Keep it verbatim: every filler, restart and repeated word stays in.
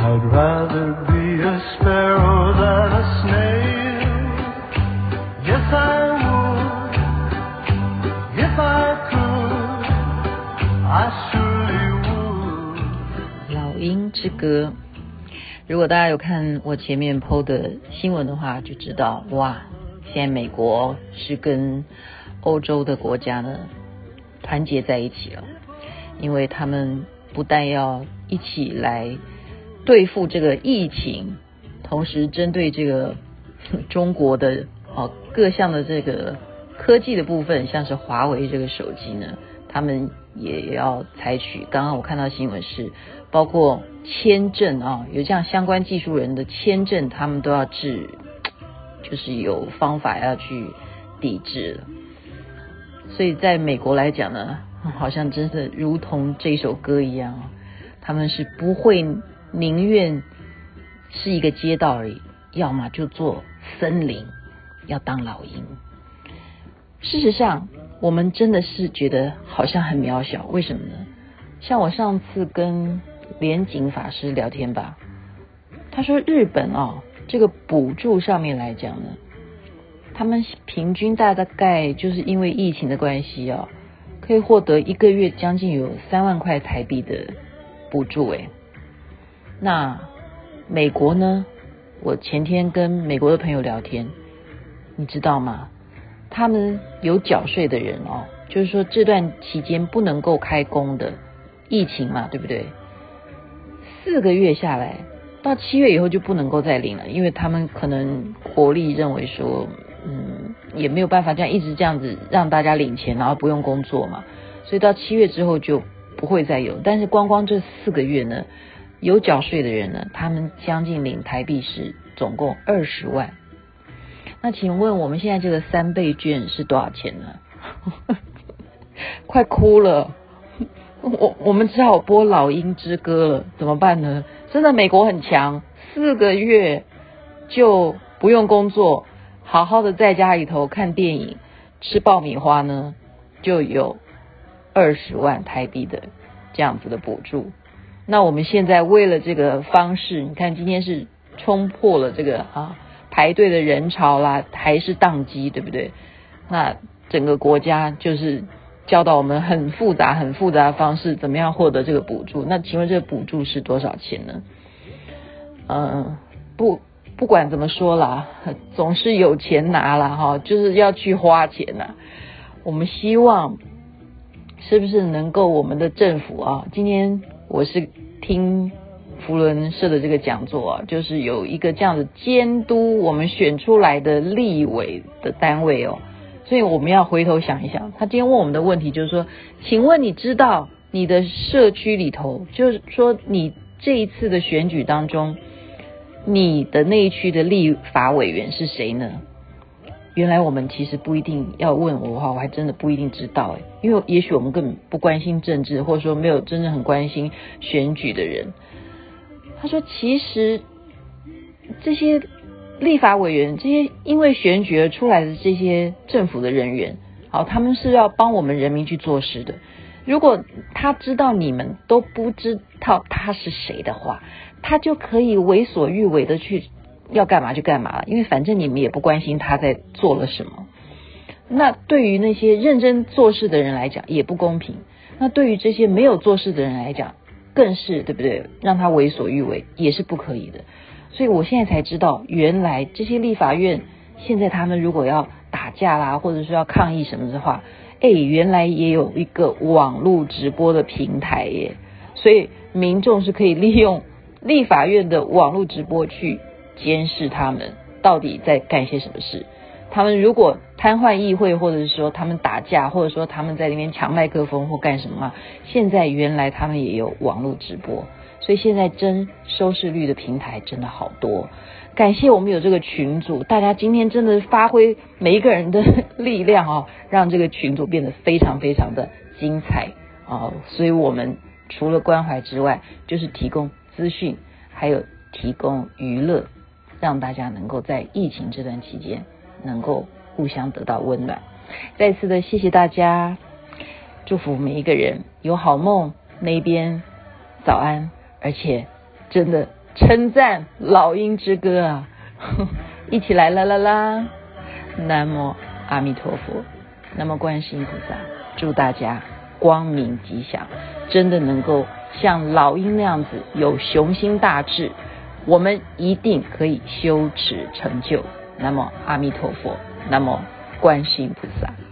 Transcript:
I'd rather be a sparrow than a snail. Yes, I would. If I could, I surely would. 老鹰之歌，如果大家有看我前面 P O 的新闻的话，就知道哇，现在美国是跟欧洲的国家呢团结在一起了，因为他们不但要一起来对付这个疫情，同时针对这个中国的哦各项的这个科技的部分，像是华为这个手机呢，他们也要采取，刚刚我看到新闻是包括签证啊，有这样相关技术人的签证，他们都要治，就是有方法要去抵制了。所以在美国来讲呢，好像真的如同这首歌一样，他们是不会宁愿是一个街道而已，要么就做森林，要当老鹰。事实上我们真的是觉得好像很渺小，为什么呢？像我上次跟莲景法师聊天吧，他说日本哦，这个补助上面来讲呢，他们平均大概就是因为疫情的关系哦，可以获得一个月将近有三万块台币的补助诶。那美国呢，我前天跟美国的朋友聊天，你知道吗？他们有缴税的人哦，就是说这段期间不能够开工的，疫情嘛，对不对？四个月下来，到七月以后就不能够再领了，因为他们可能国力认为说，嗯，也没有办法这样一直这样子让大家领钱，然后不用工作嘛，所以到七月之后就不会再有。但是光光这四个月呢，有缴税的人呢，他们将近领台币是总共二十万。那请问我们现在这个三倍券是多少钱呢？快哭了，我我们只好播老鹰之歌了，怎么办呢？真的美国很强，四个月就不用工作，好好的在家里头看电影吃爆米花呢，就有二十万台币的这样子的补助。那我们现在为了这个方式，你看今天是冲破了这个啊排队的人潮啦，还是宕机，对不对？那整个国家就是教导我们很复杂很复杂的方式，怎么样获得这个补助。那请问这个补助是多少钱呢？嗯，不不管怎么说啦，总是有钱拿啦哈，就是要去花钱啦。我们希望是不是能够我们的政府啊，今天我是听福伦社的这个讲座啊，就是有一个这样的监督我们选出来的立委的单位哦，所以我们要回头想一想，他今天问我们的问题就是说，请问你知道你的社区里头，就是说你这一次的选举当中，你的那一区的立法委员是谁呢？原来我们其实不一定要问我的话，我还真的不一定知道诶，因为也许我们根本不关心政治，或者说没有真正很关心选举的人。他说其实这些立法委员，这些因为选举而出来的这些政府的人员，好，他们是要帮我们人民去做事的。如果他知道你们都不知道他是谁的话，他就可以为所欲为的去要干嘛就干嘛了，因为反正你们也不关心他在做了什么。那对于那些认真做事的人来讲也不公平，那对于这些没有做事的人来讲更是，对不对？让他为所欲为也是不可以的。所以我现在才知道，原来这些立法院现在他们如果要打架啦，或者说要抗议什么的话，哎，原来也有一个网络直播的平台耶，所以民众是可以利用立法院的网络直播去监视他们到底在干些什么事。他们如果瘫痪议会，或者是说他们打架，或者说他们在那边抢麦克风或干什么，现在原来他们也有网络直播，所以现在真收视率的平台真的好多。感谢我们有这个群组，大家今天真的发挥每一个人的力量哦，让这个群组变得非常非常的精彩哦。所以我们除了关怀之外，就是提供资讯，还有提供娱乐，让大家能够在疫情这段期间能够互相得到温暖。再次的谢谢大家，祝福每一个人有好梦，那边早安，而且真的称赞老鹰之歌啊，一起来啦啦啦！南无阿弥陀佛，南无观世音菩萨，祝大家光明吉祥，真的能够像老鹰那样子有雄心大志，我们一定可以修持成就。南无阿弥陀佛，南无观世音菩萨。